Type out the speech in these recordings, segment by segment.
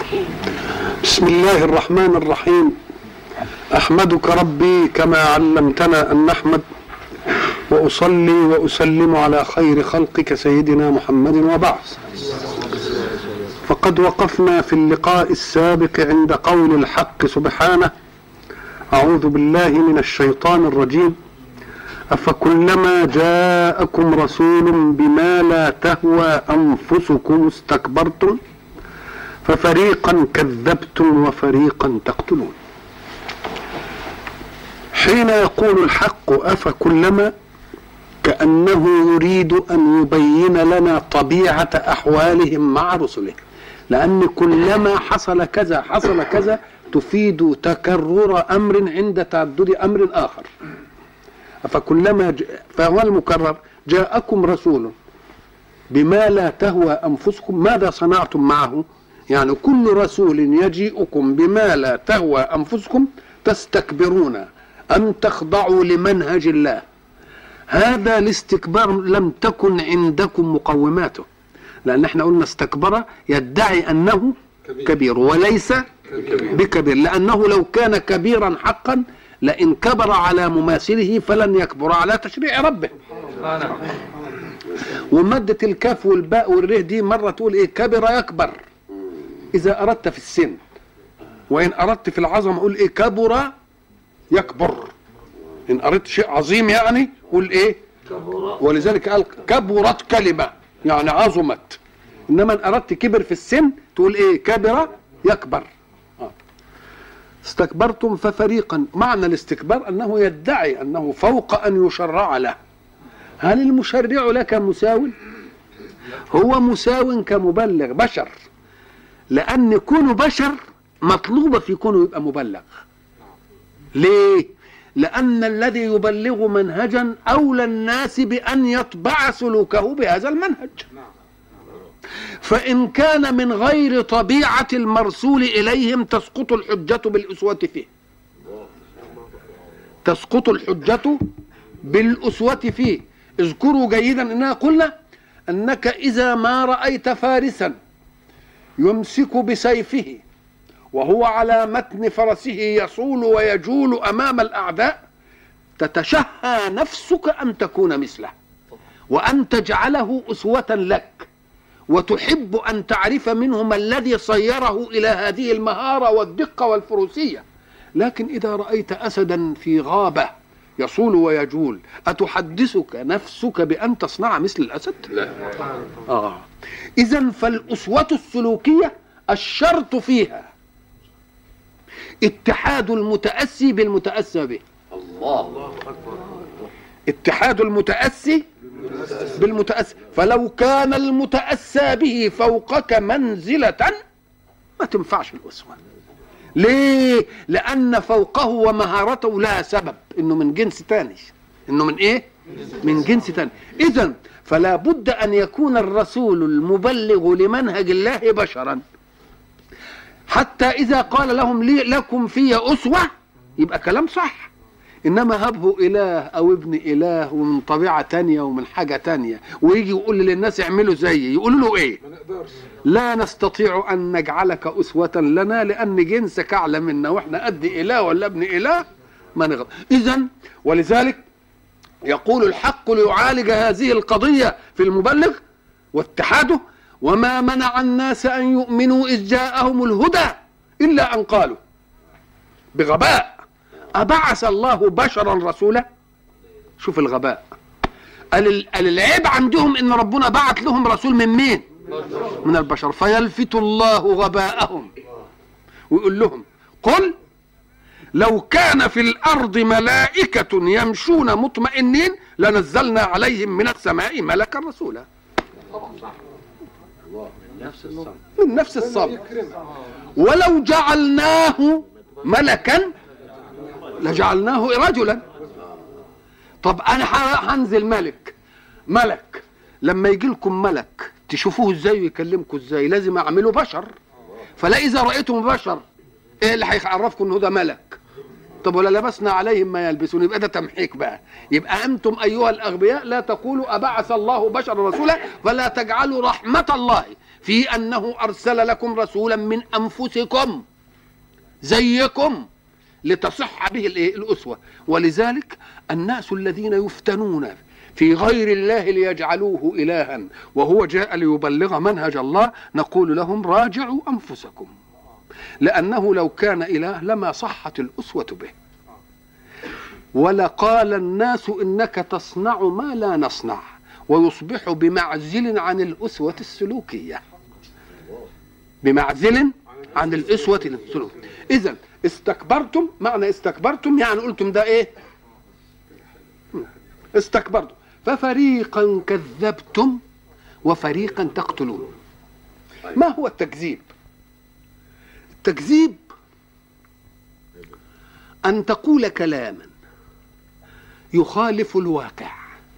بسم الله الرحمن الرحيم. أحمدك ربي كما علمتنا أن نحمد، وأصلي وأسلم على خير خلقك سيدنا محمد، وبعد. فقد وقفنا في اللقاء السابق عند قول الحق سبحانه: أعوذ بالله من الشيطان الرجيم، أفكلما جاءكم رسول بما لا تهوى أنفسكم استكبرتم ففريقا كذبتم وفريقا تقتلون. حين يقول الحق أفكلما، كأنه يريد أن يبين لنا طبيعة أحوالهم مع رسله، لأن كلما حصل كذا حصل كذا تفيد تكرر أمر عند تعدد أمر آخر. أفكلما فهو المكرر: جاءكم رسول بما لا تهوى أنفسكم، ماذا صنعتم معه؟ يعني كل رسول يجيئكم بما لا تهوى أنفسكم تستكبرون أن تخضعوا لمنهج الله. هذا الاستكبار لم تكن عندكم مقوماته، لأن احنا قلنا استكبر يدعي أنه كبير وليس بكبير، لأنه لو كان كبيرا حقا لئن كبر على مماثله فلن يكبر على تشريع ربه. ومادة الكاف والباء والره دي مرة تقول ايه؟ كبر يكبر إذا أردت في السن، وإن أردت في العظمة قول إيه؟ كبر يكبر. إن أردت شيء عظيم يعني قول إيه؟ ولذلك قال كبرت كلمة يعني عظمت. إنما إن أردت كبر في السن تقول إيه؟ كبر يكبر. استكبرتم ففريقا. معنى الاستكبار أنه يدعي أنه فوق أن يشرع له. هل المشرع لك مساو؟ هو مساو كمبلغ بشر، لأن كونه بشر مطلوب في كونه يبقى مبلغ. ليه؟ لأن الذي يبلغ منهجا أولى الناس بأن يطبع سلوكه بهذا المنهج. فإن كان من غير طبيعة المرسول إليهم تسقط الحجة بالأسوة فيه. تسقط الحجة بالأسوة فيه. اذكروا جيدا أننا قلنا أنك إذا ما رأيت فارسا يمسك بسيفه وهو على متن فرسه يصول ويجول أمام الأعداء تتشهى نفسك أن تكون مثله، وأن تجعله أسوة لك، وتحب أن تعرف منه ما الذي صيره إلى هذه المهارة والدقة والفروسية. لكن إذا رأيت أسدا في غابة يصول ويجول أتحدثك نفسك بأن تصنع مثل الأسد؟ لا. إذن فالأسوة السلوكية الشرط فيها اتحاد المتأسي بالمتأسى به. الله أكبر. اتحاد المتأسي بالمتأسي. فلو كان المتأسى به فوقك منزلة ما تنفعش الأسوة. ليه؟ لأن فوقه ومهارته لا سبب، إنه من جنس تاني. إنه من إيه؟ من جنس تاني. إذن فلا بد أن يكون الرسول المبلغ لمنهج الله بشرا، حتى إذا قال لهم لكم في أسوة يبقى كلام صح. إنما هبه إله أو ابن إله ومن طبيعة تانية ومن حاجة تانية، ويجي يقول للناس اعملوا زيي، يقولوا له إيه؟ لا نستطيع أن نجعلك أسوة لنا لأن جنسك أعلى منا، وإحنا قد إله ولا ابن إله ما نغضب. إذن ولذلك يقول الحق ليعالج هذه القضية في المبلغ واتحاده: وما منع الناس أن يؤمنوا إذ جاءهم الهدى إلا أن قالوا بغباء أبعث الله بشرا رسولا. شوف الغباء. قال العيب عندهم إن ربنا بعث لهم رسول من مين؟ من البشر. فيلفت الله غباءهم ويقول لهم: قل لو كان في الأرض ملائكة يمشون مطمئنين لنزلنا عليهم من السماء ملكا رسولا. من نفس الصبر. ولو جعلناه ملكا لجعلناه رجلا. طب أنا هنزل ملك، لما يجي لكم ملك تشوفوه ازاي ويكلمكم ازاي؟ لازم أعمله بشر. فلا إذا رأيتم بشر إيه اللي هيعرفكم إنه ده ملك؟ طب ولا لبسنا عليهم ما يلبسون؟ يبقى ده تمحيك بقى. يبقى أنتم أيها الأغبياء لا تقولوا أبعث الله بشر رسولا، فلا تجعلوا رحمة الله في أنه أرسل لكم رسولا من أنفسكم زيكم لتصح به الأسوة. ولذلك الناس الذين يفتنون في غير الله ليجعلوه إلها وهو جاء ليبلغ منهج الله، نقول لهم راجعوا أنفسكم، لأنه لو كان إله لما صحت الأسوة به، ولقال الناس إنك تصنع ما لا نصنع، ويصبح بمعزل عن الأسوة السلوكية، بمعزل عن الأسوة السلوكية. إذن استكبرتم، معنى استكبرتم يعني قلتم ده إيه؟ استكبرتم. ففريقا كذبتم وفريقا تقتلون. ما هو التكذيب؟ التكذيب أن تقول كلاما يخالف الواقع.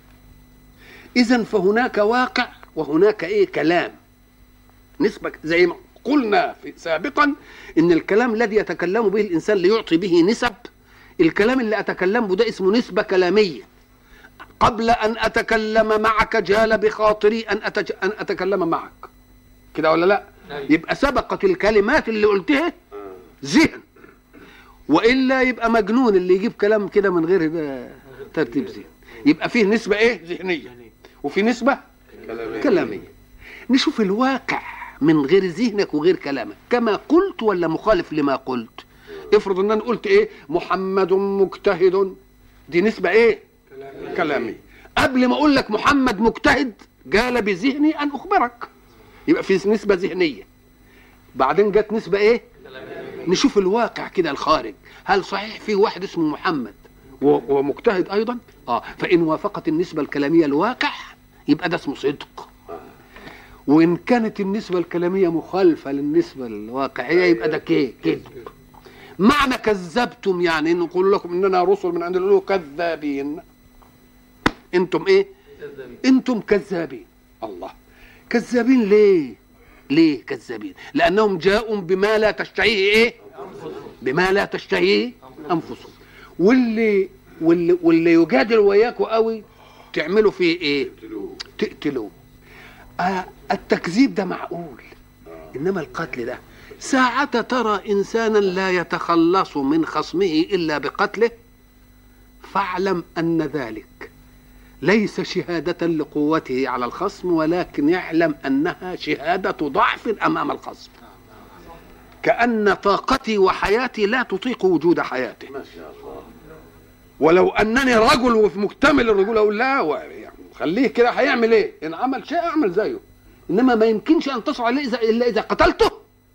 إذن فهناك واقع وهناك إيه؟ كلام. نسبة زي ما قلنا سابقا إن الكلام الذي يتكلم به الإنسان ليعطي به نسب، الكلام اللي أتكلم به ده اسمه نسبة كلامية. قبل أن أتكلم معك جال بخاطري أن أتكلم معك، كده ولا لا؟ يبقى سبقت الكلمات اللي قلتها ذهن، وإلا يبقى مجنون اللي يجيب كلام كده من غير ترتيب ذهن. يبقى فيه نسبة إيه؟ ذهنية، وفي نسبة كلامية. نشوف الواقع من غير ذهنك وغير كلامك، كما قلت ولا مخالف لما قلت. افرض ان انا قلت ايه؟ محمد مجتهد، دي نسبة ايه؟ كلامي. قبل ما اقول لك محمد مجتهد جال بذهني ان اخبرك، يبقى في نسبة ذهنية. بعدين جت نسبة ايه؟ نشوف الواقع كده الخارج، هل صحيح في واحد اسمه محمد ومجتهد ايضا؟ فان وافقت النسبة الكلامية الواقع يبقى ده اسمه صدق، وإن كانت النسبة الكلامية مخالفة للنسبة الواقعية يبقى ده كذب. معنى كذبتم يعني نقول لكم إننا رسل من عند الله كذابين. أنتم إيه؟ أنتم كذابين. الله، كذابين ليه؟ ليه كذابين؟ لأنهم جاءوا بما لا تشتهيه إيه؟ بما لا تشتهيه أنفسهم. واللي يجادل وياكوا قوي تعملوا فيه إيه؟ تقتلوه. التكذيب ده معقول، إنما القتل ده ساعة ترى إنسانا لا يتخلص من خصمه إلا بقتله، فاعلم أن ذلك ليس شهادة لقوته على الخصم، ولكن يعلم أنها شهادة ضعف أمام الخصم، كأن طاقتي وحياتي لا تطيق وجود حياته. ولو أنني رجل وفي مكتمل الرجولة أقول لا خليه كده، هيعمل ايه؟ ان عمل شيء اعمل زيه، انما ما يمكنش ان تصل عليه الا اذا قتلته.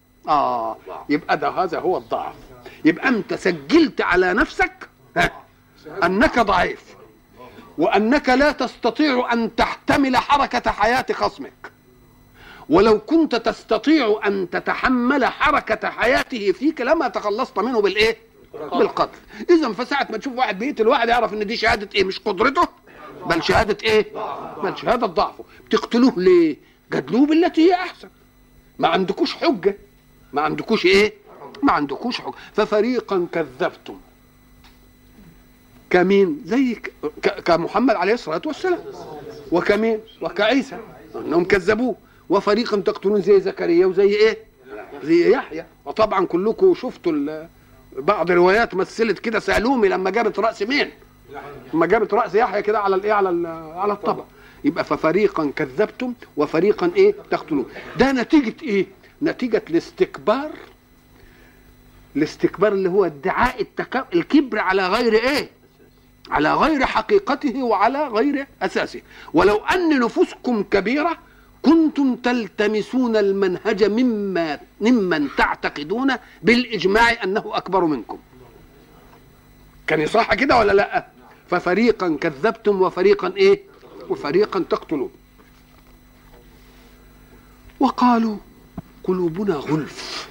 يبقى ده هذا هو الضعف. يبقى انت سجلت على نفسك انك ضعيف، وانك لا تستطيع ان تحتمل حركة حياة خصمك. ولو كنت تستطيع ان تتحمل حركة حياته فيك لما تخلصت منه بالايه؟ بالقتل. اذا فساعة ما تشوف واحد بيقتل واحد يعرف ان دي شهادة ايه؟ مش قدرته، بل شهادة ايه؟ بل شهادة ضعفه. بتقتلوه ليه؟ جادلوه بالتي هي احسن. ما عندكوش حجة، ما عندكوش ايه؟ ما عندكوش حجة. ففريقا كذبتم، كمين؟ زي كمحمد عليه الصلاة والسلام، وكمين؟ وكعيسى انهم كذبوه. وفريقا تقتلون زي زكريا وزي ايه؟ زي يحيى. وطبعا كلكم شفتوا بعض الروايات مثلت كده سالومي لما جابت رأس مين؟ لما جابت رأس يحيى كده على الايه؟ على الطبق. يبقى ففريقا كذبتم وفريقا ايه؟ تقتلون. ده نتيجة ايه؟ نتيجة الاستكبار. الاستكبار اللي هو ادعاء الكبر على غير ايه؟ على غير حقيقته وعلى غير اساسه. ولو ان نفوسكم كبيرة كنتم تلتمسون المنهج ممن تعتقدون بالاجماع انه اكبر منكم. كان يصح كده ولا لا؟ ففريقا كذبتم وفريقا ايه؟ وفريقا تقتلون. وقالوا قلوبنا غلف.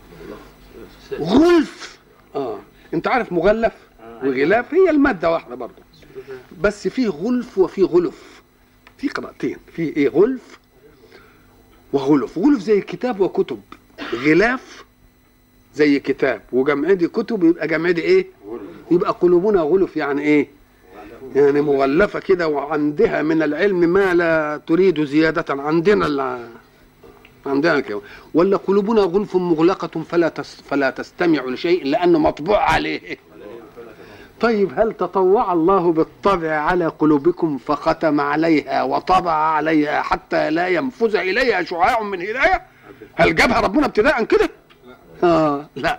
غلف انت عارف مغلف وغلاف هي المادة واحدة برضه، بس في غلف وفي غلف، في قراءتين، في ايه؟ غلف وغلف. غلف زي كتاب وكتب، غلاف زي كتاب وجمعدي كتب، يبقى جمعدي ايه؟ يبقى قلوبنا غلف يعني ايه؟ يعني مغلفة كده، وعندها من العلم ما لا تريد زيادة. عندنا عندنا كده. ولا قلوبنا غلف مغلقة فلا تستمع لشيء لأنه مطبوع عليه. طيب هل تطوع الله بالطبع على قلوبكم فختم عليها وطبع عليها حتى لا ينفذ إليها شعاع من هداية؟ هل جابها ربنا ابتداء كده؟ لا.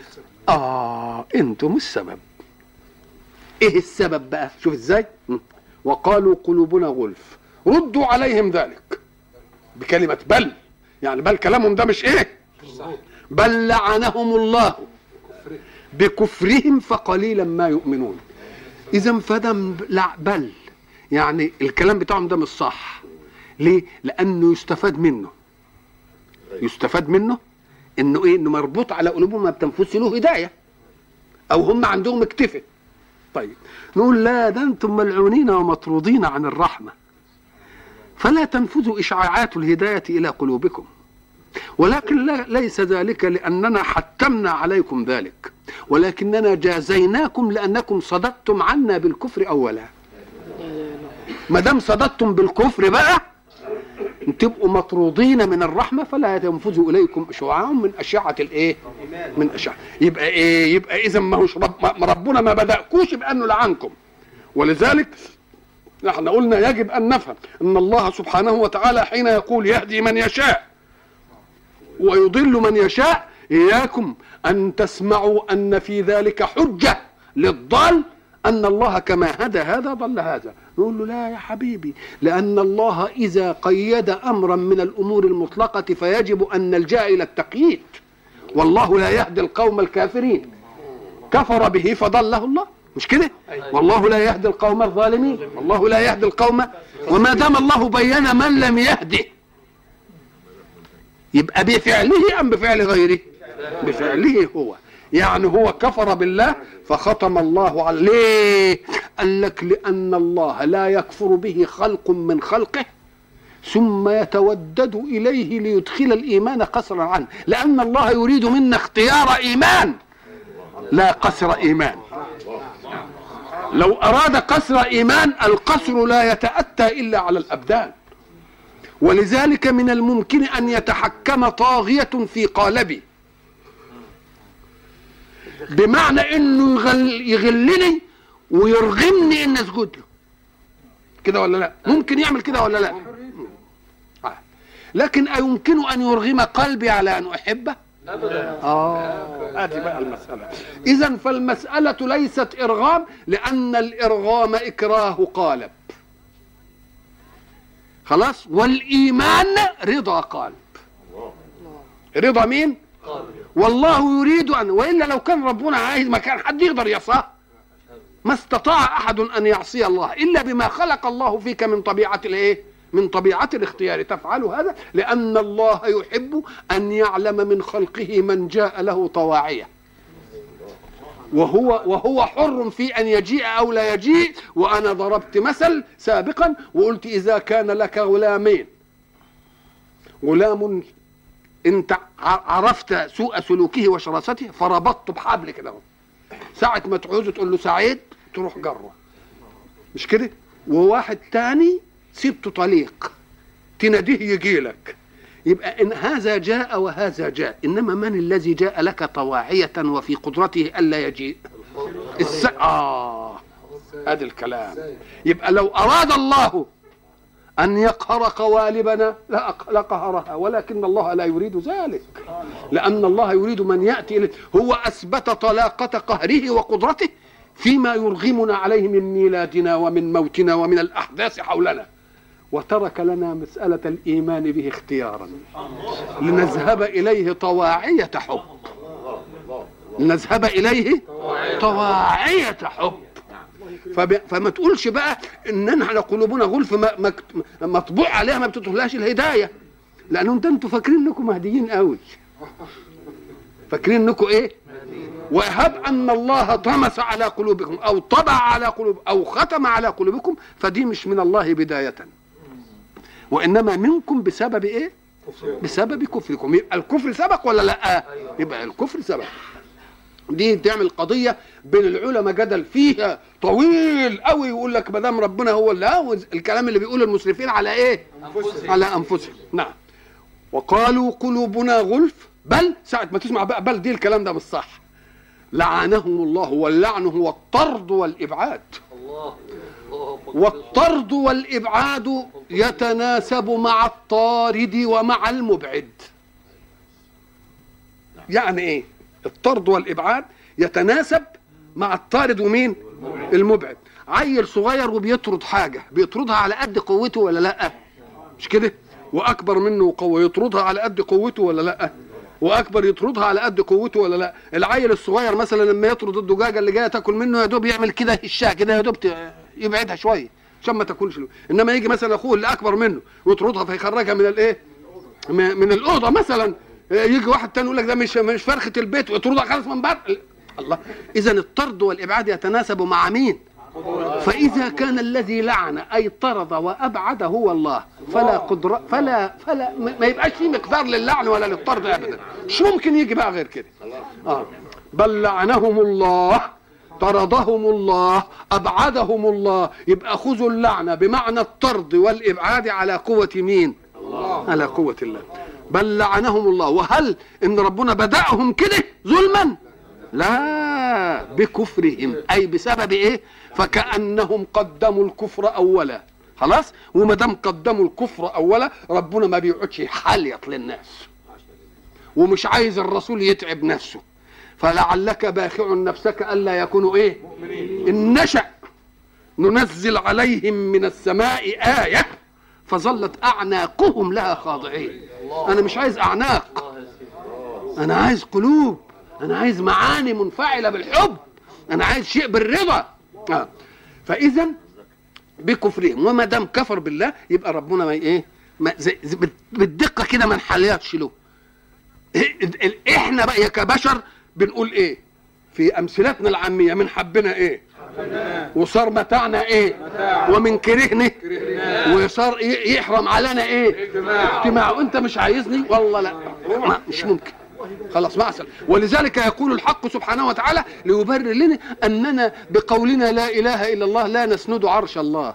انتم السبب. ايه السبب بقى؟ شوف ازاي. وقالوا قلوبنا غلف، ردوا عليهم ذلك بكلمة بل، يعني بل كلامهم ده مش ايه، بل لعنهم الله بكفرهم فقليلا ما يؤمنون. اذا فدم بل يعني الكلام بتاعهم ده مش صح. ليه؟ لانه يستفاد منه انه ايه، انه مربوط على قلوبهم ما بتنفذش له هدايه، او هم عندهم اكتفاء. طيب نقول لا، ده انتم ملعونين ومطرودين عن الرحمه، فلا تنفذوا اشعاعات الهدايه الى قلوبكم. ولكن ليس ذلك لاننا حتمنا عليكم ذلك، ولكننا جازيناكم لانكم صددتم عنا بالكفر اولا. ما دام صددتم بالكفر بقى تبقوا مطرودين من الرحمه، فلا ينفذ اليكم شعاع من اشعه الايه، من اشعه. يبقى ايه؟ يبقى اذا ما هوش ربنا ما بدأكوش بانه لعنكم. ولذلك نحن قلنا يجب ان نفهم ان الله سبحانه وتعالى حين يقول يهدي من يشاء ويضل من يشاء، إياكم أن تسمعوا أن في ذلك حجة للضال أن الله كما هدى هذا ضل هذا. نقول له لا يا حبيبي، لأن الله إذا قيد أمرا من الأمور المطلقة فيجب أن نلجأ إلى التقييد. والله لا يهدي القوم الكافرين، كفر به فضله الله، مش كده؟ والله لا يهدي القوم الظالمين، والله لا يهدي القوم. وما دام الله بين من لم يهدي، يبقى بفعله أم بفعل غيره؟ بفعله هو. يعني هو كفر بالله فختم الله عليه. ليه؟ قال لك لأن الله لا يكفر به خلق من خلقه ثم يتودد إليه ليدخل الإيمان قصرا عنه، لأن الله يريد منا اختيار إيمان لا قصر إيمان. لو أراد قصر إيمان، القصر لا يتأتى إلا على الأبدان. ولذلك من الممكن أن يتحكم طاغية في قالبي، بمعنى أنه يغلني ويرغمني أن أسجد له، كده ولا لا؟ ممكن يعمل كده ولا لا؟ لكن أيمكن أن يرغم قلبي على أن أحبه؟ هذه بقى المسألة. إذن فالمسألة ليست إرغام، لأن الإرغام إكراه قالب، خلاص. والإيمان رضا قلب. رضا مين؟ والله يريد أن، وإلا لو كان ربنا عايز ما كان حد يقدر يعصاه. ما استطاع أحد أن يعصي الله إلا بما خلق الله فيك من طبيعة الإيه؟ من طبيعة الاختيار. تفعل هذا لأن الله يحب أن يعلم من خلقه من جاء له طواعية، وهو حر في أن يجيء أو لا يجيء. وأنا ضربت مثل سابقا وقلت إذا كان لك غلام انت عرفت سوء سلوكه وشراسته فربطته بحبل كده، ساعة ما تعوزه تقول له سعيد تروح جره، مش كده؟ وواحد تاني سبته طليق تناديه يجي لك. يبقى إن هذا جاء وهذا جاء، إنما من الذي جاء لك طواعية وفي قدرته ألا يجيء؟ هذا الكلام. يبقى لو أراد الله أن يقهر قوالبنا لقهرها، ولكن الله لا يريد ذلك، لأن الله يريد من يأتي إليه. هو أثبت طلاقة قهره وقدرته فيما يرغمنا عليه من ميلادنا ومن موتنا ومن الأحداث حولنا، وترك لنا مسألة الإيمان به اختيارا لنذهب إليه طواعية حب، لنذهب إليه طواعية حب. فما تقولش بقى ان احنا قلوبنا غلف مطبوع عليها ما بتدخلهاش الهدايه، لانه انتوا فاكرين انكم مهديين قوي، فاكرين انكم ايه؟ وهب ان الله طمس على قلوبكم او طبع على قلوبكم او ختم على قلوبكم، فدي مش من الله بدايه، وانما منكم بسبب ايه؟ بسبب كفركم. يبقى الكفر سبق ولا لا؟ يبقى الكفر سبق. دي تعمل قضيه بين العلماء جدل فيها طويل قوي، يقول لك ما دام ربنا هو اللي الكلام اللي بيقوله المسرفين على ايه؟ على انفسهم. نعم. وقالوا قلوبنا غلف، بل ساعة ما تسمع بقى بل دي الكلام ده مش صح. لعنهم الله، واللعن هو الطرد والإبعاد. والطرد والإبعاد يتناسب مع الطارد ومع المبعد. يعني ايه الطرد والإبعاد؟ يتناسب مع الطارد ومين؟ المبعد. عيل صغير وبيطرد حاجة، بيطردها على قد قوته ولا لا؟ مش كده؟ واكبر منه قوه يطردها على قد قوته ولا لا؟ واكبر يطردها على قد قوته ولا لا؟ العيل الصغير مثلا لما يطرد الدجاجه اللي جايه تاكل منه، يا دوب يعمل كده هشها كده، يا دوب يبعدها شويه عشان ما تاكلش له. انما يجي مثلا اخوه اللي اكبر منه ويطردها فيخرجها من الايه؟ من الاوضه مثلا. يجي واحد تاني يقول لك ده مش فرخه البيت ويطردها خالص من بعد. الله. اذا الطرد والابعاد يتناسب مع مين؟ فإذا كان الذي لعن أي طرد وأبعد هو الله، فلا قدرة فلا ما يبقاش فيه مقدار للعن ولا للطرد أبدا. مش ممكن يجي بقى غير كده. بل لعنهم الله، طردهم الله، أبعدهم الله. يبقى خذوا اللعنة بمعنى الطرد والإبعاد على قوة مين؟ الله. على قوة الله. بل لعنهم الله. وهل إن ربنا بدأهم كده ظلما؟ لا، بكفرهم، أي بسبب إيه؟ فكأنهم قدموا الكفر أولا. خلاص؟ وما دام قدموا الكفر أولا، ربنا ما بيقعدش يحليط للناس، ومش عايز الرسول يتعب نفسه. فلعلك باخع نفسك ألا يكونوا إيه؟ إن نشأ ننزل عليهم من السماء آية فظلت أعناقهم لها خاضعين. أنا مش عايز أعناق، أنا عايز قلوب، أنا عايز معاني منفعلة بالحب، أنا عايز شيء بالرضا. فإذا بكفرهم، وما دام كفر بالله يبقى ربنا ما إيه؟ بالدقة كده ما نحلياتش له. إحنا بقى كبشر بنقول إيه؟ في أمثلتنا العامية، من حبنا إيه؟ وصار متاعنا إيه؟ ومن كرهنا وصار يحرم علينا إيه؟ اجتماع. وأنت مش عايزني والله لا، مش ممكن. خلاص ما أسأل. ولذلك يقول الحق سبحانه وتعالى ليبرر لنا أننا بقولنا لا إله إلا الله لا نسند عرش الله.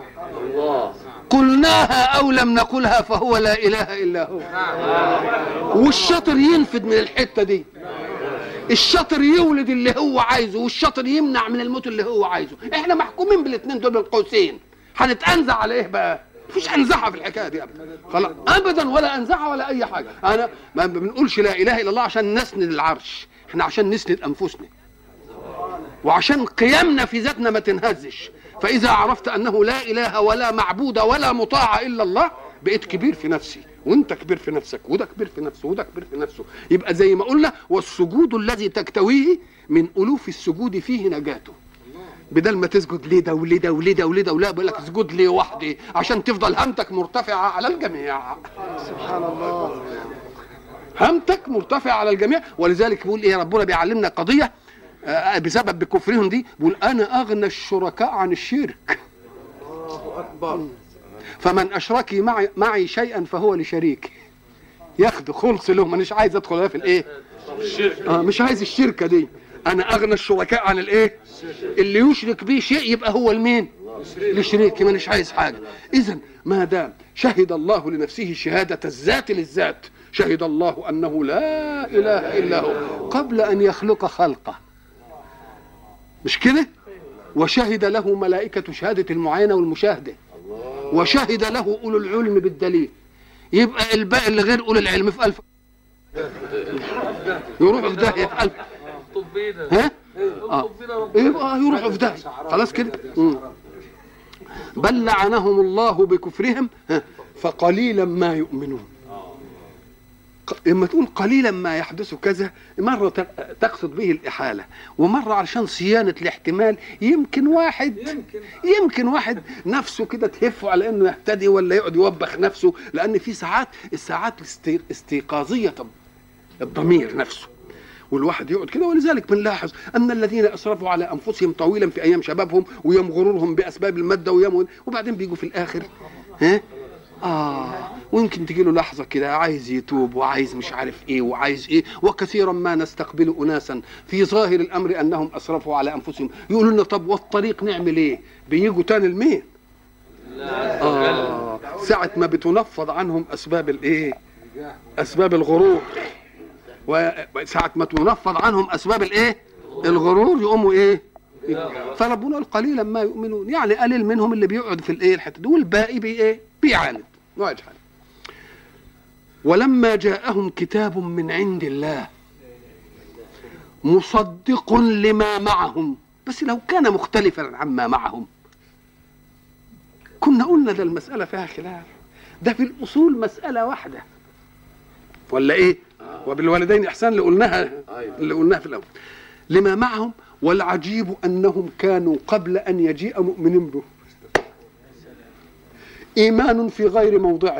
قلناها أو لم نقلها فهو لا إله إلا هو. والشاطر ينفد من الحتة دي، الشاطر يولد اللي هو عايزه، والشاطر يمنع من الموت اللي هو عايزه. احنا محكومين بالاثنين دول بالقوسين. هنتأنزع على ايه بقى؟ مفيش انزعها في الحكايه دي ابدا. خلاص ابدا، ولا انزعها ولا اي حاجه. انا ما بنقولش لا اله الا الله عشان نسند العرش، احنا عشان نسند انفسنا وعشان قيامنا في ذاتنا ما تنهزش. فاذا عرفت انه لا اله ولا معبود ولا مطاع الا الله، بقيت كبير في نفسي، وانت كبير في نفسك، وده كبير في نفسه، وده كبير في نفسه. يبقى زي ما قلنا، والسجود الذي تكتويه من الوف السجود فيه نجاته. بدل ما تسجد ليه ده وليه ده وليه ده وليه ده، ولا بقول لك اسجد ليه وحدي عشان تفضل همتك مرتفعه على الجميع. سبحان الله، همتك مرتفعه على الجميع. ولذلك بيقول ايه؟ ربنا بيعلمنا قضيه بسبب بكفرهم دي، بيقول انا اغنى الشركاء عن الشرك. الله اكبر. فمن اشرك معي شيئا فهو لشريك، ياخده خلص له، مانيش عايز ادخل في الايه؟ الشرك. مش عايز الشركه دي. انا اغنى الشركاء عن الايه؟ اللي يشرك بيه شيء يبقى هو المين؟ لشريك، مانيش عايز حاجه. اذا ما دام شهد الله لنفسه شهاده الذات للذات، شهد الله انه لا اله الا هو قبل ان يخلق خلقه، مش كده؟ وشهد له ملائكه شهاده المعاينه والمشاهده، وشهد له اولو العلم بالدليل. يبقى الباقي اللي غير اولو العلم في الف يروحوا في داهيه. ها؟ يبقى يروحوا في داهيه. خلاص كده. بل لعنهم الله بكفرهم فقليلا ما يؤمنون. لما تقول قليلا ما يحدث كذا، مرة تقصد به الإحالة، ومرة علشان صيانة الاحتمال. يمكن واحد نفسه كده تهفه على انه يهتدي، ولا يقعد يوبخ نفسه، لان في الساعات استيقاظية الضمير نفسه، والواحد يقعد كده. ولذلك بنلاحظ ان الذين اسرفوا على انفسهم طويلا في ايام شبابهم ويوم غرورهم باسباب المادة وبعدين بيجوا في الاخر ويمكن تجي له لحظه كده عايز يتوب وعايز مش عارف ايه وعايز ايه. وكثيرا ما نستقبل اناسا في ظاهر الامر انهم اسرفوا على انفسهم، يقولوا لنا طب والطريق نعمل ايه؟ بيجوا تاني المين؟ ساعه ما بتنفض عنهم اسباب الايه؟ اسباب الغرور، وساعة ما تنفض عنهم اسباب الايه الغرور يقوموا ايه. فربنا قال قليلا ما يؤمنون، يعني قليل منهم اللي بيقعد في الايه الحته دي، والباقي بايه بيعاند ويجحد. ولما جاءهم كتاب من عند الله مصدق لما معهم، بس لو كان مختلفا عما معهم كنا قلنا ده المسألة فيها خلاف، ده في الأصول مسألة واحدة ولا إيه؟ وبالوالدين إحسان اللي قلناها في الأول. لما معهم، والعجيب أنهم كانوا قبل أن يجيء مؤمنين به. إيمان في غير موضعه،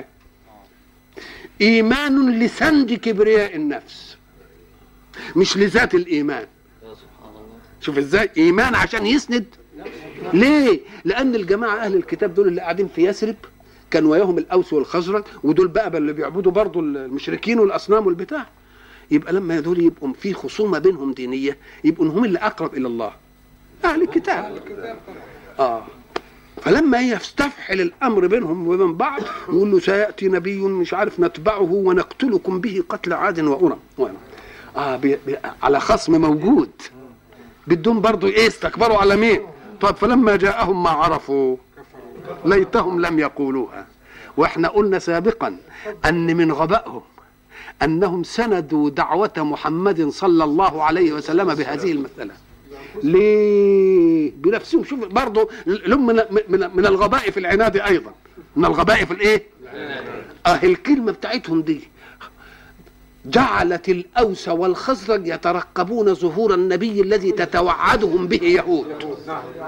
إيمان لسند كبرياء النفس مش لذات الإيمان. شوف إزاي إيمان عشان يسند. ليه؟ لأن الجماعة أهل الكتاب دول اللي قاعدين في يثرب كان وياهم الأوس والخزرج، ودول بقى اللي بيعبدوا برضو المشركين والأصنام والبتاع. يبقى لما دول يبقوا في خصومة بينهم دينية يبقوا هم اللي أقرب إلى الله أهل الكتاب. فلما يستفحل الأمر بينهم وبين بعض يقول له سيأتي نبي مش عارف نتبعه ونقتلكم به قتل عاد وأرم. على خصم موجود بدون برضو إيه استكبروا على مين؟ طيب فلما جاءهم ما عرفوا ليتهم لم يقولوها. واحنا قلنا سابقا ان من غبائهم انهم سندوا دعوة محمد صلى الله عليه وسلم بهذه المسألة. ليه؟ بنفسهم. شوف برضو لهم من الغباء في العناد ايضا، من الغباء في الايه؟ الكلمة بتاعتهم دي جعلت الأوس والخزرج يترقبون ظهور النبي الذي تتوعدهم به يهود،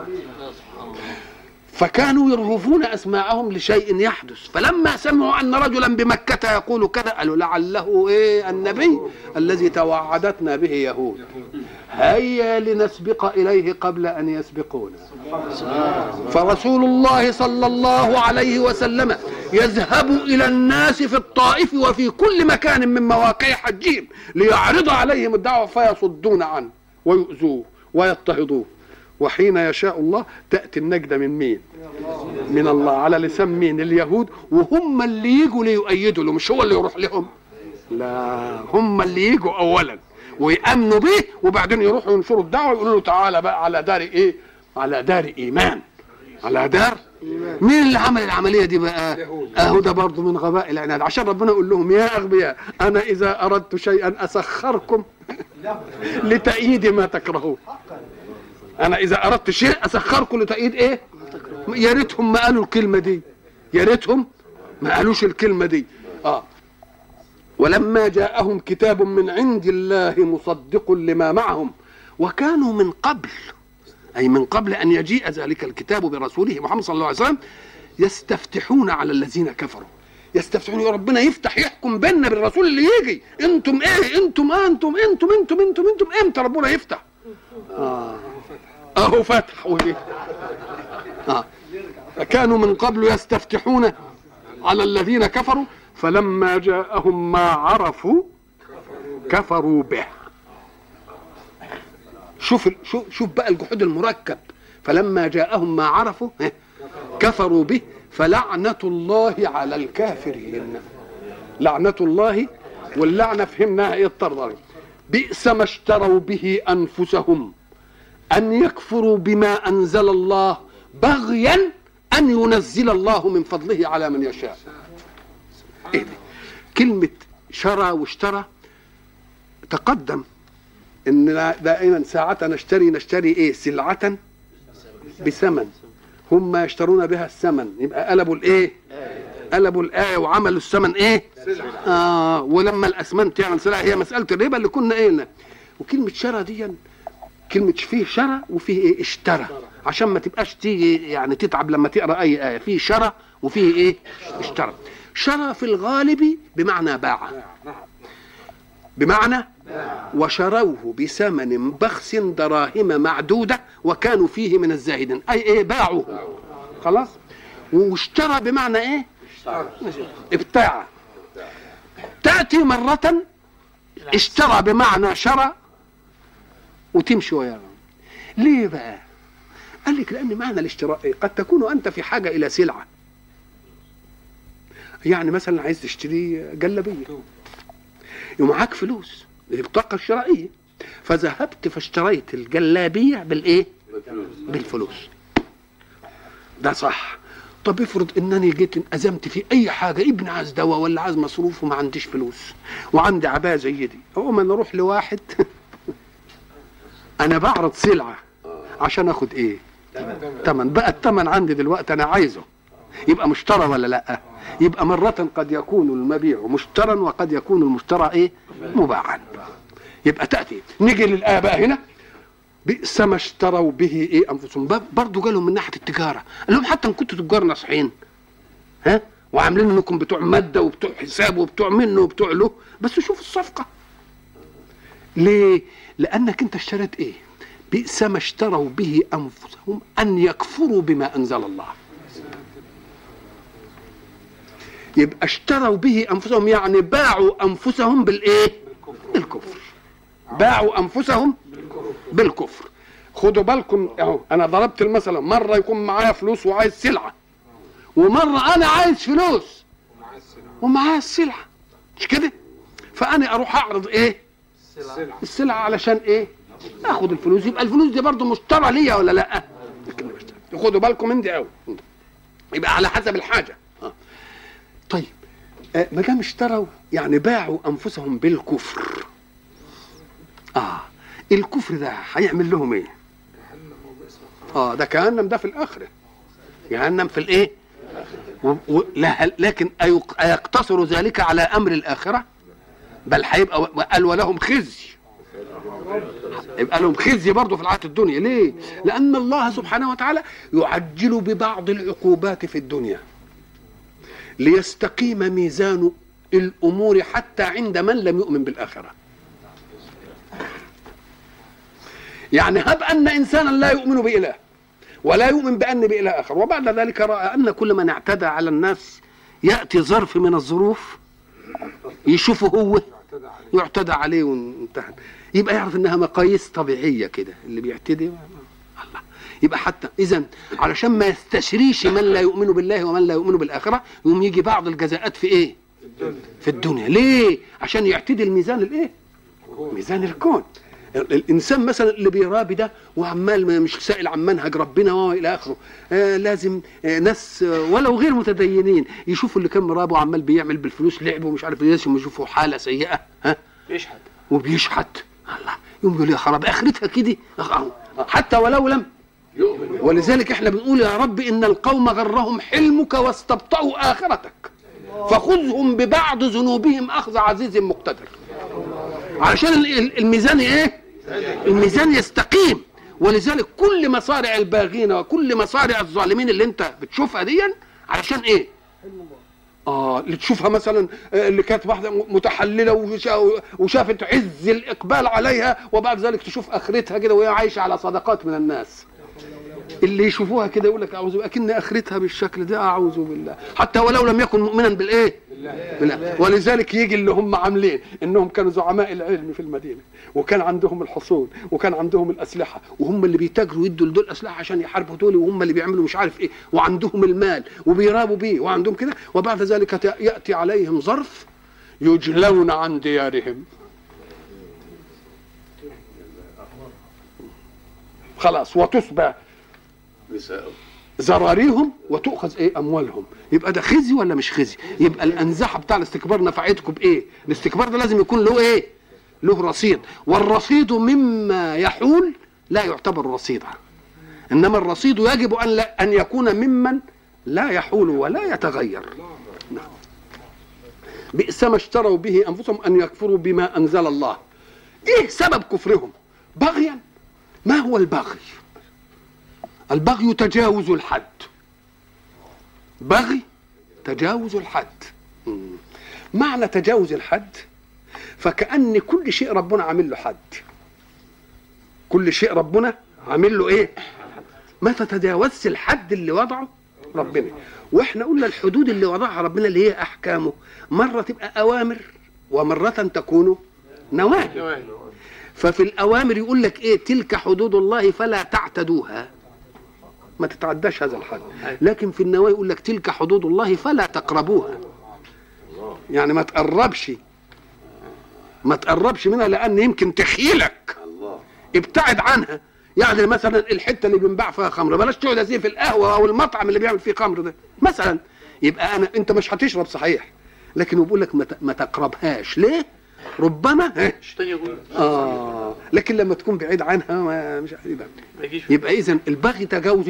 فكانوا يرهفون أسماءهم لشيء يحدث. فلما سمعوا أن رجلا بمكة يقول كذا قالوا لعله إيه النبي الذي توعدتنا به يهود، هيا لنسبق إليه قبل أن يسبقونا. فرسول الله صلى الله عليه وسلم يذهب إلى الناس في الطائف وفي كل مكان من مواقع حجهم ليعرض عليهم الدعوة فيصدون عنه ويؤذوه ويضطهدوه. وحين يشاء الله تأتي النجدة من مين؟ من الله، على لسان مين؟ اليهود. وهم اللي يجوا ليؤيدوا له، مش هو اللي يروح لهم، لا هم اللي يجوا أولا ويأمنوا به وبعدين يروحوا ينشروا الدعوة ويقولوا له تعالى بقى على دار إيه؟ على دار إيمان، على دار إيمان. مين اللي عمل العملية دي بقى؟ أهو ده برضو من غباء العناد، عشان ربنا يقول لهم يا أغبياء أنا إذا أردت شيئا أسخركم لتأييد ما تكرهون. أنا إذا أردت شيء أسخركم لتأييد إيه؟ يا ريتهم ما قالوا الكلمة دي، يا ريتهم ما قالوش الكلمة دي. ولما جاءهم كتاب من عند الله مصدق لما معهم وكانوا من قبل، أي من قبل أن يجيء ذلك الكتاب برسوله محمد صلى الله عليه وسلم يستفتحون على الذين كفروا. يستفتحون، يا ربنا يفتح يحكم بيننا بالرسول اللي يجي. انتم ايه؟ انتم امتى ربنا يفتح؟ اهو فتح ودي. كانوا من قبل يستفتحون على الذين كفروا فلما جاءهم ما عرفوا كفروا به. شوف بقى الجحود المركب. فلما جاءهم ما عرفوا كفروا به فلعنة الله على الكافرين. لعنة الله، واللعنة فهمناها ايه الطرد. بئس ما اشتروا به أنفسهم أن يكفروا بما أنزل الله بغيا أن ينزل الله من فضله على من يشاء. إيه دي؟ كلمة شرى واشترى تقدم إن دائما ساعة نشتري إيه؟ سلعة بثمن، هم يشترون بها الثمن، يبقى قلبوا الإيه؟ قلبوا الآية وعملوا الثمن إيه؟ ولما الأثمان تعمل سلعة هي مسألة الربا اللي كنا قلنا. وكلمة شرى دي كلمة فيه شرى وفيه إيه؟ اشترى، عشان ما تبقاش تيجي يعني تتعب لما تقرأ أي آية. فيه شرى وفيه إيه؟ اشترى. شرى في الغالب بمعنى باع، بمعنى وشروه بثمن بخس دراهم معدودة وكانوا فيه من الزاهدين، أي إيه؟ باعوه خلاص. واشترى بمعنى إيه؟ ابتاع. تأتي مرة اشترى بمعنى شرى وتمشي وياه. ليه بقى؟ قال لك لأن معنى الاشتراء قد تكون أنت في حاجة إلى سلعة يعني مثلا عايز تشتري جلابيه، ومعاك فلوس البطاقه الشرائيه، فذهبت فاشتريت الجلابيه بالايه؟ بالفلوس. ده صح. طب افرض انني جيت ازمت في اي حاجه، ابن عايز دواء ولا عايز مصروف وما عنديش فلوس وعندي عبايه زي دي، اقوم انا اروح لواحد انا بعرض سلعه عشان اخد ايه؟ تمن. بقى التمن عندي دلوقتي انا عايزه، يبقى مشترى ولا لا؟ يبقى مرة قد يكون المبيع مشترا وقد يكون المشترى ايه؟ مباعا. يبقى تأتي نيجي للآية بقى هنا، بئس ما اشتروا به ايه انفسهم. برضه جالهم من ناحية التجارة، قال لهم حتى ان كنتوا تجار ناصحين ها وعاملين انكم بتوع مادة وبتوع حساب وبتوع منه وبتوع له، بس شوف الصفقة. ليه؟ لأنك انت اشتريت ايه؟ بئس ما اشتروا به انفسهم ان يكفروا بما انزل الله. يبقى اشتروا به انفسهم يعني باعوا انفسهم بالايه؟ بالكفر. باعوا انفسهم بالكفر. خدوا بالكم اهو، انا ضربت المثل، مره يكون معايا فلوس وعايز سلعه، ومره انا عايز فلوس ومعايا السلعه، مش كده؟ فانا اروح اعرض ايه؟ السلعه علشان ايه؟ اخد الفلوس. يبقى الفلوس دي برضه مشترى ليا ولا لا؟ خدوا بالكم من دي قوي. يبقى على حسب الحاجه. طيب ما دام اشتروا يعني باعوا انفسهم بالكفر. الكفر ده هيعمل لهم ايه؟ ده جهنم، ده في الاخره. جهنم في الايه؟ لكن ايقتصر ذلك على امر الاخره؟ بل هيبقى قال ولهم خزي. يبقى لهم خزي برضه في الحياه الدنيا. ليه؟ لان الله سبحانه وتعالى يعجل ببعض العقوبات في الدنيا ليستقيم ميزان الامور حتى عند من لم يؤمن بالاخره. يعني هب ان انسانا لا يؤمن باله ولا يؤمن بان باله اخر، وبعد ذلك راى ان كل من اعتدى على الناس ياتي ظرف من الظروف يشوفه هو يعتدى عليه وانتهى، يبقى يعرف انها مقاييس طبيعيه كده اللي بيعتدي الله. يبقى حتى اذا علشان ما يستشريش من لا يؤمن بالله ومن لا يؤمن بالاخره، يقوم يجي بعض الجزاءات في ايه؟ في الدنيا. ليه؟ عشان يعتدل ميزان الايه؟ ميزان الكون. الانسان مثلا اللي بيرابي ده وعمال مش سائل عن منهج ربنا والى اخره، لازم ناس ولو غير متدينين يشوفوا اللي كان مرابي وعمال بيعمل بالفلوس لعب ومش عارف ايه، يشوفوا حاله سيئه بيشحت وبيشحت الله، يقوم يقول يا خراب اخرتها كده حتى ولو لم يؤمن. ولذلك احنا بنقول يا رب ان القوم غرهم حلمك واستبطأوا اخرتك فخذهم ببعض ذنوبهم اخذ عزيز مقتدر، علشان الميزان ايه؟ الميزان يستقيم. ولذلك كل مصارع الباغين وكل مصارع الظالمين اللي انت بتشوفها دي علشان ايه؟ اللي تشوفها مثلا اللي كانت واحده متحلله وشافت عز الاقبال عليها، وبعد ذلك تشوف اخرتها كده وهي عايشه على صدقات من الناس، اللي يشوفوها كده يقول لك اعوذ بالله، اكن اخرتها بالشكل ده، اعوذ بالله، حتى ولو لم يكن مؤمنا بالايه؟ بالله. ولذلك يجي اللي هم عاملين انهم كانوا زعماء العلم في المدينه، وكان عندهم الحصون وكان عندهم الاسلحه، وهم اللي بيتاجروا يدوا لدول اسلحه عشان يحاربوا دول، وهم اللي بيعملوا مش عارف ايه، وعندهم المال وبيرابوا بيه وعندهم كده، وبعد ذلك ياتي عليهم ظرف يجلون عن ديارهم، خلاص، وتصبح زراريهم وتؤخذ ايه؟ اموالهم. يبقى ده خزي ولا مش خزي؟ يبقى الانزاحه بتاع الاستكبار نفعتكم بايه؟ الاستكبار ده لازم يكون له ايه؟ له رصيد، والرصيد مما يحول لا يعتبر رصيدا، انما الرصيد يجب ان يكون ممن لا يحول ولا يتغير. بئس ما اشتروا به انفسهم ان يكفروا بما انزل الله. ايه سبب كفرهم؟ بغيا. ما هو البغي؟ البغي تجاوز الحد. بغي تجاوز الحد. معنى تجاوز الحد فكأن كل شيء ربنا عامل له حد، كل شيء ربنا عامل له ايه؟ ما تتجاوزش الحد اللي وضعه ربنا. واحنا قلنا الحدود اللي وضعها ربنا اللي هي احكامه مرة تبقى اوامر ومرة تكون نواهي. ففي الاوامر يقول لك ايه؟ تلك حدود الله فلا تعتدوها، ما تتعداش هذا الحد. لكن في النواهي يقول لك تلك حدود الله فلا تقربوها، يعني ما تقربش منها، لان يمكن تخيلك. ابتعد عنها. يعني مثلا الحته اللي بنباع فيها خمر بلاش تقعد زي في القهوه او المطعم اللي بيعمل فيه خمر ده مثلا. يبقى انت مش هتشرب صحيح، لكن بيقول لك ما تقربهاش. ليه؟ ربما لكن لما تكون بعيد عنها مش يبقى اذا البغي تجاوز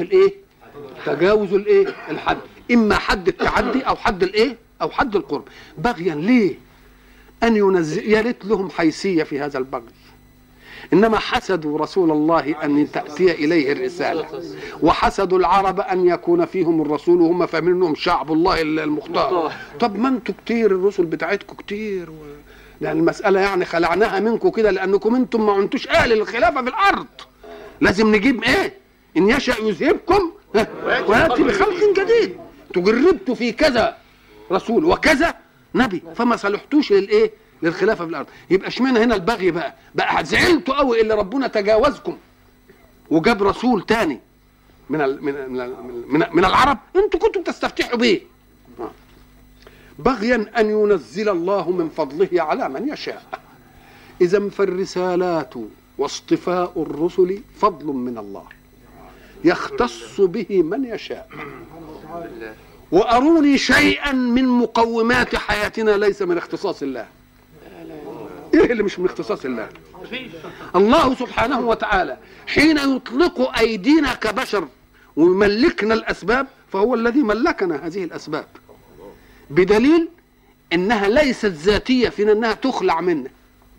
الحد، اما حد التعدي او حد او حد القرب. بغيا ليه؟ ان ينزل، يا ريت لهم حيثيه في هذا البغي، انما حسدوا رسول الله ان تاتي اليه الرساله، وحسدوا العرب ان يكون فيهم الرسول وهم فاهمين انهم شعب الله المختار. طب ما انتوا كتير، الرسل بتاعتكم كتير يعني المساله يعني خلعناها منكم كده لانكم انتم ما عنتوش اهل الخلافه في الارض. لازم نجيب ان يشأ يذهبكم وياتي بخلق جديد. تجربتوا في كذا رسول وكذا نبي فما صلحتوش للخلافه في الارض. يبقى اشمعنى هنا البغي بقى زعلتوا قوي اللي ربنا تجاوزكم وجاب رسول تاني من العرب انتوا كنتوا بتستفتحوا بيه. بغيا ان ينزل الله من فضله على من يشاء. اذا فالرسالات واصطفاء الرسل فضل من الله يختص به من يشاء. واروني شيئا من مقومات حياتنا ليس من اختصاص الله. ايه اللي مش من اختصاص الله؟ الله سبحانه وتعالى حين يطلق ايدينا كبشر ويملكنا الاسباب فهو الذي ملكنا هذه الاسباب، بدليل انها ليست ذاتيه فينا انها تخلع منا.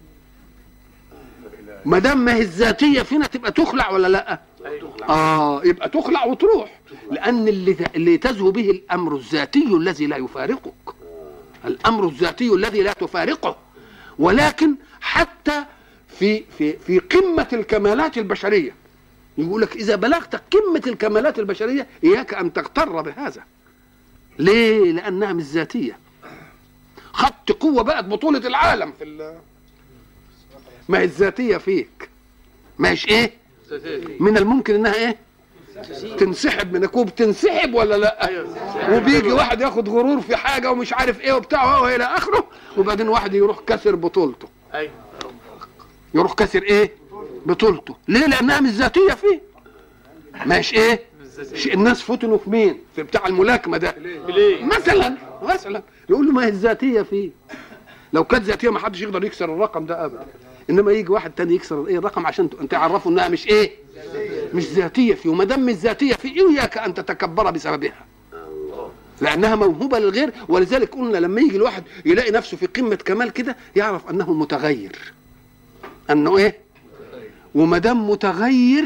ما دام ما هي الذاتيه فينا تبقى تخلع ولا لا؟ يبقى تخلع وتروح، لان اللي تزهو به الامر الذاتي الذي لا يفارقك، الامر الذاتي الذي لا تفارقه. ولكن حتى في قمه الكمالات البشريه يقول لك اذا بلغت قمه الكمالات البشريه اياك ان تغتر بهذا. ليه؟ لانها مش ذاتيه. خدت قوه بقت بطوله العالم ما هي الذاتيه فيك، ماش من الممكن انها تنسحب منك، وبتنسحب ولا لا؟ وبيجي واحد ياخد غرور في حاجه ومش عارف وبتاعه والى اخره، وبعدين واحد يروح كسر بطولته. يروح كسر بطولته. ليه؟ لانها مش ذاتيه فيه. ماش الناس فتنوا في مين؟ في بتاع الملاكمه ده مثلا يقول له ما هي الذاتيه فيه. لو كانت ذاتيه ما حدش يقدر يكسر الرقم ده ابدا، انما يجي واحد تاني يكسر الرقم عشان تعرفوا انها مش مش ذاتيه فيه. وما دام مش ذاتيه فيه اياك ان تتكبر بسببها، لانها موهوبه للغير. ولذلك قلنا لما يجي الواحد يلاقي نفسه في قمه كمال كده يعرف انه متغير، انه وما دام متغير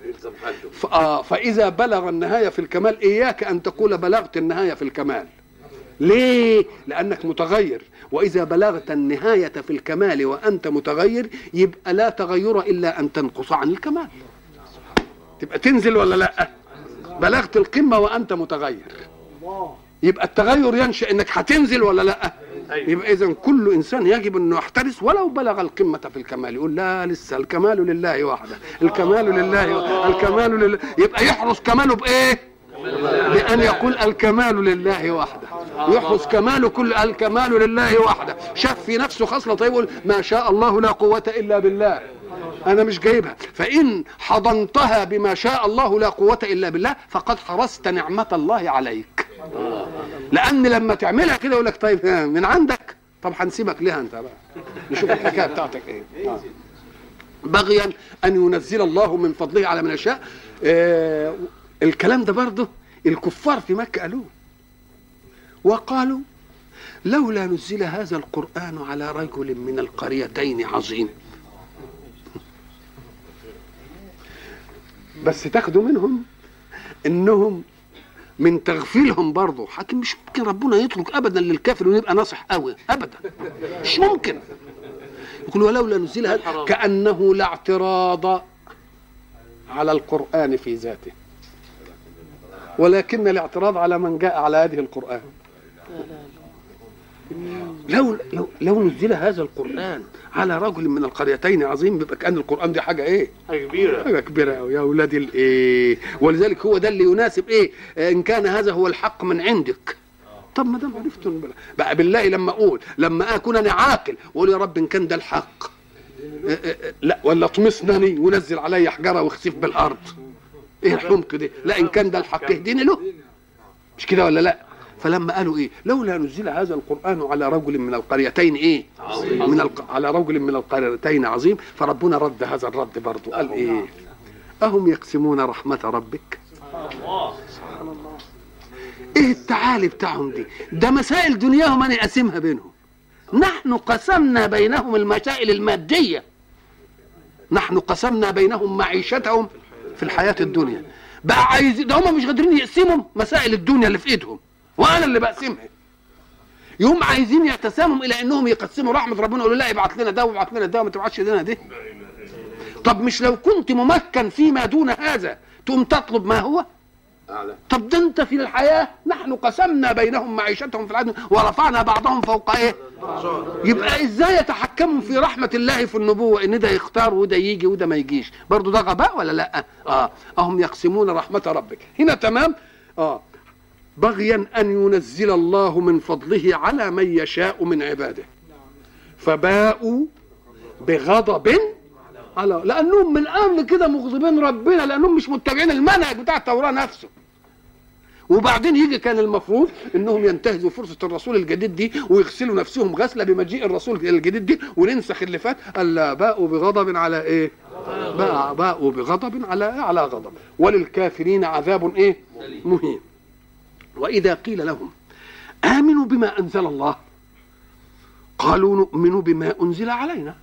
فاذا بلغ النهايه في الكمال اياك ان تقول بلغت النهايه في الكمال. ليه؟ لانك متغير. واذا بلغت النهايه في الكمال وانت متغير يبقى لا تغير الا ان تنقص عن الكمال، تبقى تنزل ولا لا؟ بلغت القمه وانت متغير، يبقى التغير ينشأ انك هتنزل ولا لا؟ يبقى اذا كل انسان يجب انه يحترس ولو بلغ القمه في الكمال. يقول لا لسه الكمال لله وحده، الكمال لله، الكمال لله. يبقى يحرس كماله بأن يقول الكمال لله وحده، يحرس كماله كل الكمال لله وحده. شاف في نفسه خصلة طيب يقول ما شاء الله لا قوة إلا بالله، أنا مش جايبها. فإن حضنتها بما شاء الله لا قوة إلا بالله فقد حرست نعمة الله عليك. لأن لما تعملها كده يقول لك طيب من عندك، طب هنسيبك ليها أنت بقى نشوف الحكاية بتاعتك بغيا أن ينزل الله من فضله على من يشاء. الكلام ده برضه الكفار في مكة قالوه، وقالوا لولا نزل هذا القرآن على رجل من القريتين عظيم. بس تاخدوا منهم انهم من تغفيلهم برضه حكم. مش ممكن ربنا يترك ابدا للكافر ويبقى ناصح قوي ابدا، مش ممكن. يقول ولولا نزل هذا كأنه لا اعتراض على القرآن في ذاته، ولكن الاعتراض على من جاء على هذه القرآن. لو نزل هذا القرآن على رجل من القريتين عظيم يبقى كأن القرآن دي حاجة حاجة كبيرة، حاجة كبيرة أوي يا أولاد ولذلك هو ده اللي يناسب إن كان هذا هو الحق من عندك طب ما دام عرفتوا بقى بالله لما اكون انا عاقل واقول يا رب ان كان ده الحق لا ولا اطمسنني ونزل علي حجره واخسف بالارض، ايه الحمق ده؟ لا ان كان ده الحق اهديني له، مش كده ولا لا؟ فلما قالوا ايه لولا نزل هذا القرآن على رجل من القريتين ايه على رجل من القريتين عظيم، فربنا رد هذا الرد برضه قال ايه اهم يقسمون رحمة ربك. سبحان الله، ايه التعالي بتاعهم دي؟ ده مسائل دنياهم انا اقسمها بينهم، نحن قسمنا بينهم المسائل المادية، نحن قسمنا بينهم معيشتهم في الحياة الدنيا. بقى عايزين ده هم مش قادرين يقسموا مسائل الدنيا اللي في ايدهم وانا اللي بقسمها، يوم عايزين يتساموا الى انهم يقسموا رحمه ربنا يقولوا لا ابعت لنا ده وابعت لنا ده وما تبعتش لنا ده. طب مش لو كنت ممكن فيما دون هذا تقوم تطلب ما هو اعلى؟ طب ده انت في الحياه نحن قسمنا بينهم معيشتهم في العدل ورفعنا بعضهم فوق ايه؟ يبقى ازاي يتحكموا في رحمه الله في النبوه ان ده يختار وده يجي وده ما يجيش؟ برضو ده غباء ولا لا؟ اهم يقسمون رحمه ربك هنا تمام. بغيا ان ينزل الله من فضله على من يشاء من عباده، فباءوا بغضب على لانهم من قبل كده مغضبين ربنا لانهم مش متبعين المنهج بتاع التوراه نفسه. وبعدين يجي كان المفروض انهم ينتهزوا فرصه الرسول الجديد دي ويغسلوا نفسهم غسله بمجيء الرسول الجديد دي وننسخ اللي فات. الا باءوا بغضب على ايه؟ باءوا بغضب على غضب، وللكافرين عذاب ايه؟ مهين. واذا قيل لهم امنوا بما انزل الله قالوا نؤمن بما انزل علينا.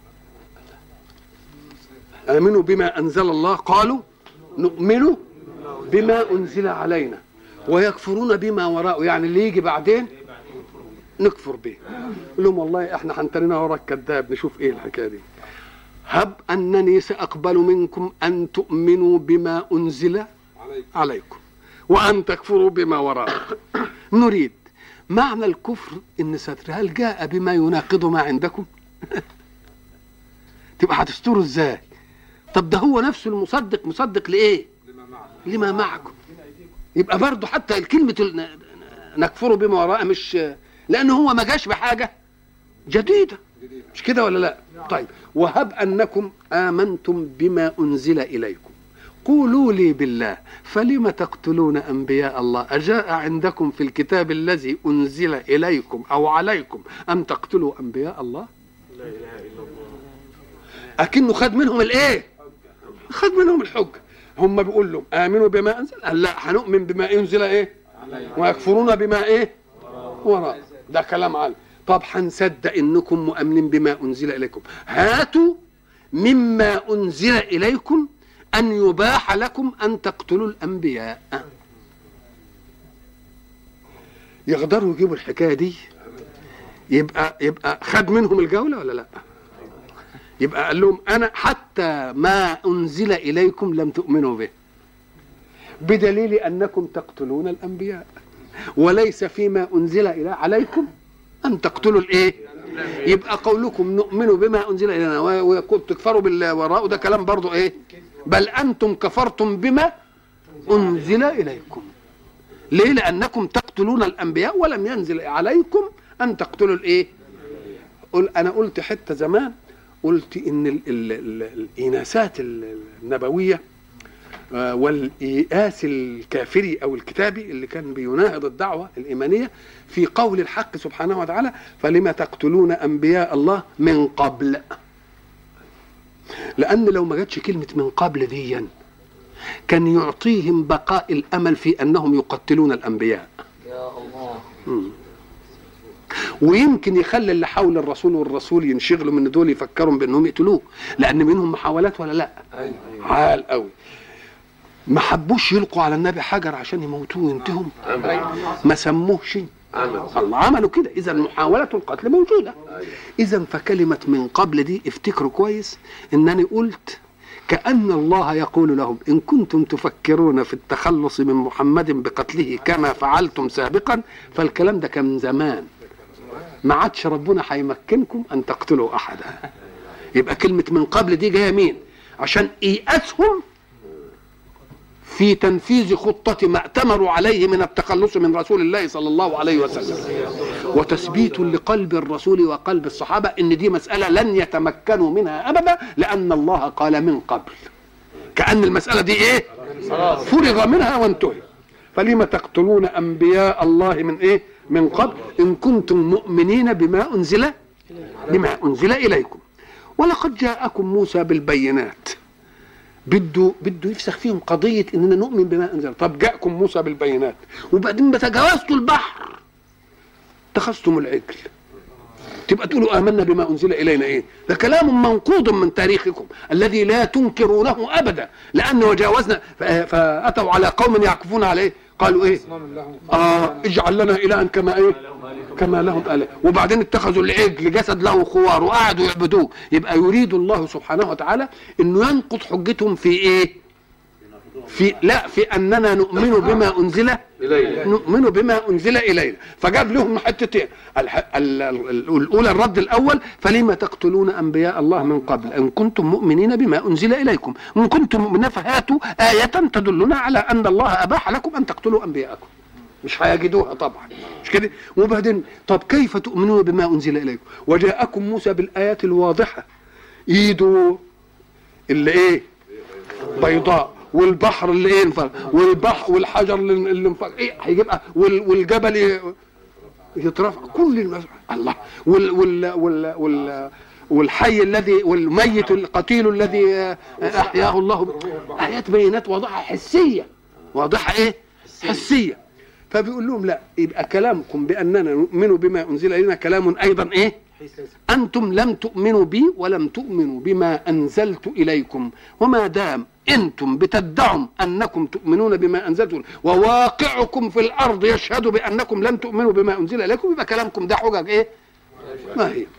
امنوا بما انزل الله قالوا نؤمن بما انزل علينا ويكفرون بما وراءه، يعني اللي يجي بعدين نكفر به. يقول لهم والله احنا هنترينا ورا الكذاب نشوف ايه الحكايه دي. هب انني ساقبل منكم ان تؤمنوا بما انزل عليكم وان تكفروا بما وراءه. نريد معنى الكفر ان ستر هل جاء بما يناقض ما عندكم؟ تبقى هتستروا ازاي؟ طب ده هو نفسه المصدق مصدق لايه؟ لما معكم. يبقى برضه حتى الكلمه نكفر بما وراءه مش لانه هو ما جاش بحاجه جديده، مش كده ولا لا؟ طيب وهب انكم امنتم بما انزل اليكم قولوا لي بالله فلم تقتلون انبياء الله اجاء عندكم في الكتاب الذي انزل اليكم او عليكم ان تقتلوا انبياء الله؟ لا اله الا الله. اكنه خد منهم الايه؟ خد منهم الحجه. هم بيقول لهم امنوا بما انزل، قال لا هنؤمن بما انزل ايه؟ ويكفرون بما ايه؟ وراء. ده كلام عالي. طب هنصدق انكم مؤمنين بما انزل اليكم، هاتوا مما انزل اليكم ان يباح لكم ان تقتلوا الانبياء. يقدروا يجيبوا الحكايه دي؟ يبقى خد منهم الجوله ولا لا؟ يبقى قال لهم انا حتى ما انزل اليكم لم تؤمنوا به بدليل انكم تقتلون الانبياء، وليس فيما انزل الى عليكم ان تقتلوا الايه؟ يبقى قولكم نؤمن بما انزل الينا وكنتم تكفروا بالله وراءه ده كلام برضو ايه؟ بل انتم كفرتم بما انزل اليكم. ليه؟ لانكم تقتلون الانبياء ولم ينزل عليكم ان تقتلوا الايه؟ انا قلت حته زمان، قلت ان الإناسات النبويه والإياس الكافري او الكتابي اللي كان بيناهض الدعوه الايمانيه في قول الحق سبحانه وتعالى فلما تقتلون انبياء الله من قبل. لان لو ما جاتش كلمه من قبل ديا كان يعطيهم بقاء الامل في انهم يقتلون الانبياء يا الله. ويمكن يخلي اللي حول الرسول والرسول ينشغلوا من دول يفكروا بانهم يقتلوه، لان منهم محاولات ولا لا؟ عال قوي. ما حبوش يلقوا على النبي حجر عشان يموتوه وينتهوا، ما سموهش الله، عملوا كده. اذا محاوله القتل موجوده. اذا فكلمه من قبل دي افتكروا كويس انني قلت كأن الله يقول لهم إن كنتم تفكرون في التخلص من محمد بقتله كما فعلتم سابقا فالكلام ده كان زمان، ما عادش ربنا هيمكنكم أن تقتلوا أحدا. يبقى كلمة من قبل دي جاية مين؟ عشان إيأسهم في تنفيذ خطة ما ائتمروا عليه من التخلص من رسول الله صلى الله عليه وسلم، وتثبيت لقلب الرسول وقلب الصحابة ان دي مسألة لن يتمكنوا منها ابدا، لان الله قال من قبل، كأن المسألة دي ايه؟ فرغ منها وانتهي. فلما تقتلون انبياء الله من ايه؟ من قبل ان كنتم مؤمنين بما انزل اليكم. ولقد جاءكم موسى بالبينات. بده يفسخ فيهم قضيه اننا نؤمن بما انزل. طب جاءكم موسى بالبينات وبعدين تجاوزتوا البحر، اتخذتم العجل، تبقى تقولوا آمنا بما أنزل إلينا. إيه ده؟ كلام منقوض من تاريخكم الذي لا تنكرونه أبدا، لأنه جاوزنا. فأتوا على قوم يعكفون عليه، قالوا إيه؟ اجعل لنا إلها كما إيه؟ كما لهم آله. وبعدين اتخذوا العجل جسد له خوار وقعدوا يعبدوه. يبقى يريد الله سبحانه وتعالى إنه ينقض حجتهم في إيه؟ في أننا نؤمن بما أنزل إلينا، نؤمن بما أنزل إلينا. فجاب لهم حتتين، الأولى الرد الأول: فلما تقتلون أنبياء الله من قبل إن كنتم مؤمنين بما أنزل إليكم، إن كنتم مؤمنين فهاتوا آية تدلنا على أن الله أباح لكم أن تقتلوا أنبياءكم. مش هيجدوها طبعا، مش كده. وبعدين طب كيف تؤمنون بما أنزل إليكم وجاءكم موسى بالآيات الواضحة، إيده اللي إيه؟ بيضاء، والبحر اللي ايه انفرق، والبحر والحجر اللي انفرق، ايه هيجيبها، والجبل يترفع، كل المسح. الله. والحي الذي والميت القتيل الذي احياه الله. ايات بينات واضحه حسيه، واضحه ايه؟ حسيه. فبيقول لهم لا، يبقى كلامكم باننا نؤمن بما انزل الينا كلام ايضا ايه؟ انتم لم تؤمنوا بي ولم تؤمنوا بما انزلت اليكم، وما دام انتم بتدعوا انكم تؤمنون بما انزلت وواقعكم في الارض يشهد بانكم لم تؤمنوا بما انزل اليكم، يبقى كلامكم ده حجج ايه؟ ما هي.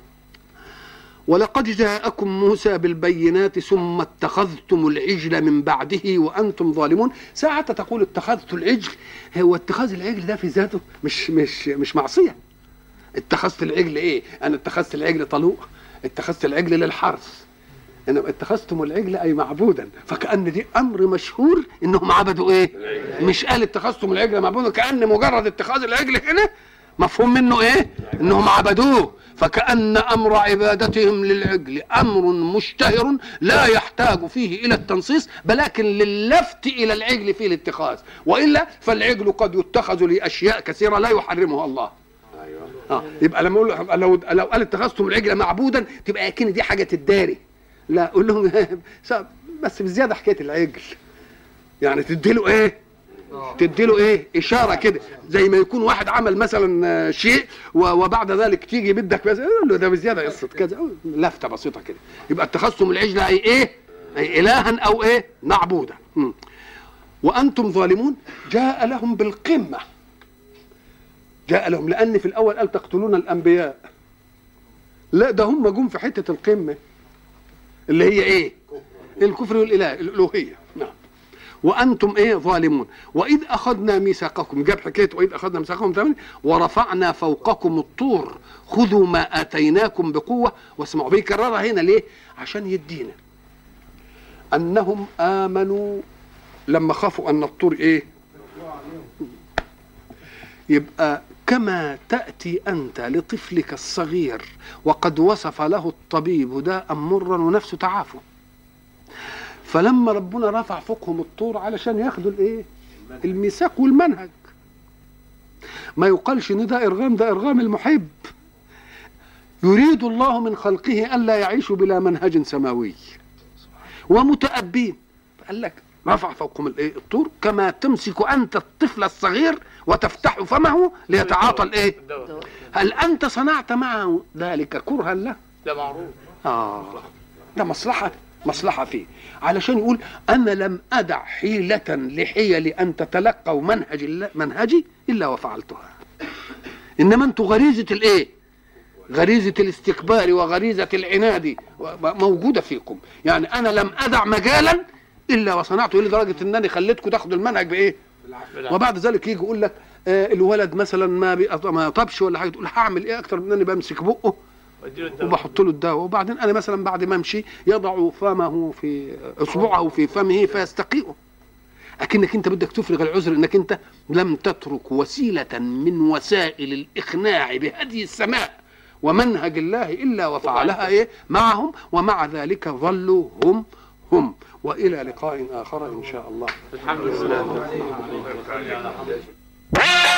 ولقد جاءكم موسى بالبينات ثم اتخذتم العجل من بعده وانتم ظالمون. ساعة تقول اتخذت العجل، هو اتخاذ العجل ده في ذاته مش معصية. اتخذت العجل ايه؟ انا اتخذت العجل طلوق، اتخذت العجل للحرث، انما اتخذتم العجل اي معبودا. فكأن دي امر مشهور انهم عبدوا ايه؟ مش قال اتخذتم العجل معبودا، كأن مجرد اتخاذ العجل هنا مفهوم منه ايه؟ انهم عبدوه. فكأن امر عبادتهم للعجل امر مشتهر لا يحتاج فيه الى التنصيص، ولكن لللفت الى العجل فيه الاتخاذ، والا فالعجل قد يتخذ لاشياء كثيره لا يحرمها الله. يبقى لما اقول لو قال اتخذتم العجل معبودا تبقى اكن دي حاجه تداري. لا، اقول لهم بس بزياده حكايه العجل، يعني تديله ايه؟ اشاره كده، زي ما يكون واحد عمل مثلا شيء وبعد ذلك تيجي بدك بس يقول له ده بزياده قصه كذا، لفته بسيطه كده. يبقى اتخذتم العجل اي ايه؟ اي الها او ايه؟ معبودا. وانتم ظالمون. جاء لهم بالقمه، جاء لهم، لان في الاول قال تقتلون الانبياء، لا ده هم جم في حته القمه اللي هي ايه؟ الكفر والالوهيه. نعم. وانتم ايه؟ ظالمون. واذ اخذنا ميثاقكم، جاب حكايه واذ اخذنا ميثاقكم ثاني، ورفعنا فوقكم الطور خذوا ما اتيناكم بقوه واسمعوا. بيكررها هنا ليه؟ عشان يدينا انهم امنوا لما خافوا ان الطور ايه؟ يبقى كما تأتي أنت لطفلك الصغير وقد وصف له الطبيب داء مرا ونفسه تعافه، فلما ربنا رفع فوقهم الطور علشان ياخدوا الايه؟ الميثاق والمنهج. ما يقالش ان ده ارغام، ده ارغام المحب. يريد الله من خلقه ألا يعيشوا بلا منهج سماوي ومتأبين. قال لك رفع فوقهم الايه؟ الطور، كما تمسك انت الطفل الصغير وتفتح فمه ليتعاطى الايه؟ هل انت صنعت معه ذلك كرها له؟ ده معروف. ده مصلحه فيه، علشان يقول انا لم ادع حيلة لحيل ان تتلقوا منهجي الا وفعلتها. انما انتم غريزه الايه؟ غريزه الاستكبار وغريزه العناد موجوده فيكم. يعني انا لم ادع مجالا الا وصنعته، لدرجه انني خليتكم تاخدوا المنهج بايه؟ وبعد ذلك يجي يقول لك الولد مثلا ما طبش ولا حاجه، تقول هعمل ايه اكتر من اني بمسك بقه وبحط له الدواء، وبعدين انا مثلا بعد ما امشي يضع فمه في اصبعه في فمه فيستقيئه. اكنك انت بدك تفرغ العذر انك انت لم تترك وسيله من وسائل الاقناع بهدي السماء ومنهج الله الا وفعلها ايه معهم، ومع ذلك ظلوا هم والى لقاء اخر ان شاء الله. الحمد لله.